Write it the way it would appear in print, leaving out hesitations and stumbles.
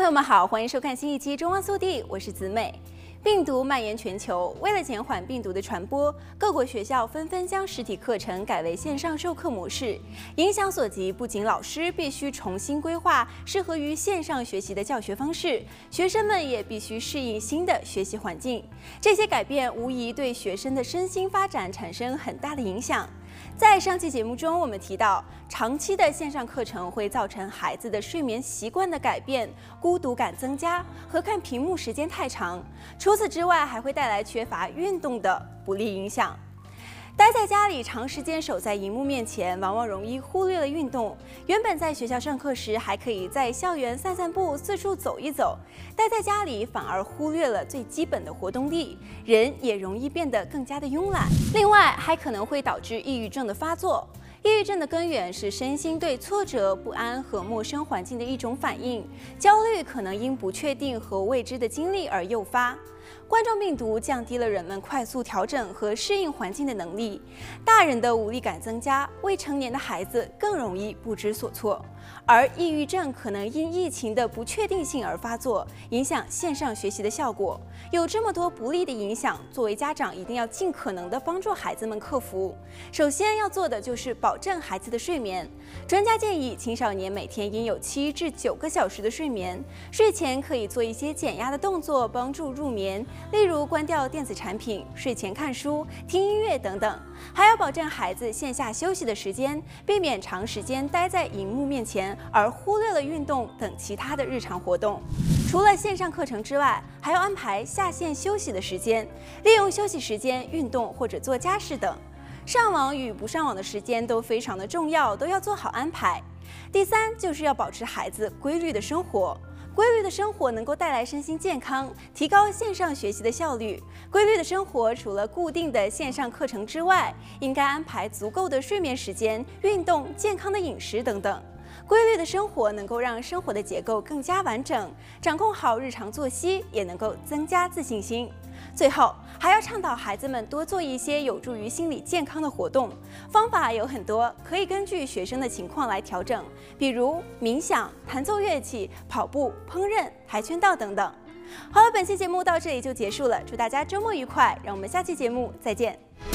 朋友们好，欢迎收看新一期《中望速递》，我是子美。病毒蔓延全球，为了减缓病毒的传播，各国学校纷纷将实体课程改为线上授课模式。影响所及，不仅老师必须重新规划适合于线上学习的教学方式，学生们也必须适应新的学习环境。这些改变无疑对学生的身心发展产生很大的影响。在上期节目中，我们提到，长期的线上课程会造成孩子的睡眠习惯的改变、孤独感增加和看屏幕时间太长。除此之外，还会带来缺乏运动的不利影响。待在家里长时间守在荧幕面前，往往容易忽略了运动。原本在学校上课时，还可以在校园散散步、四处走一走，待在家里反而忽略了最基本的活动力，人也容易变得更加的慵懒。另外，还可能会导致抑郁症的发作。抑郁症的根源是身心对挫折、不安和陌生环境的一种反应，焦虑可能因不确定和未知的经历而诱发。冠状病毒降低了人们快速调整和适应环境的能力，大人的无力感增加，未成年的孩子更容易不知所措。而抑郁症可能因疫情的不确定性而发作，影响线上学习的效果。有这么多不利的影响，作为家长一定要尽可能的帮助孩子们克服。首先要做的就是保证孩子的睡眠。专家建议，青少年每天应有7至9个小时的睡眠，睡前可以做一些减压的动作，帮助入眠，例如关掉电子产品、睡前看书、听音乐等等。还要保证孩子线下休息的时间，避免长时间待在荧幕面前，而忽略了运动等其他的日常活动。除了线上课程之外，还要安排下线休息的时间，利用休息时间运动或者做家事等。上网与不上网的时间都非常的重要，都要做好安排。第三，就是要保持孩子规律的生活。规律的生活能够带来身心健康，提高线上学习的效率。规律的生活除了固定的线上课程之外，应该安排足够的睡眠时间、运动、健康的饮食等等。规律的生活能够让生活的结构更加完整，掌控好日常作息，也能够增加自信心。最后，还要倡导孩子们多做一些有助于心理健康的活动，方法有很多，可以根据学生的情况来调整，比如冥想、弹奏乐器、跑步、烹饪、跆拳道等等。好了，本期节目到这里就结束了，祝大家周末愉快，让我们下期节目再见。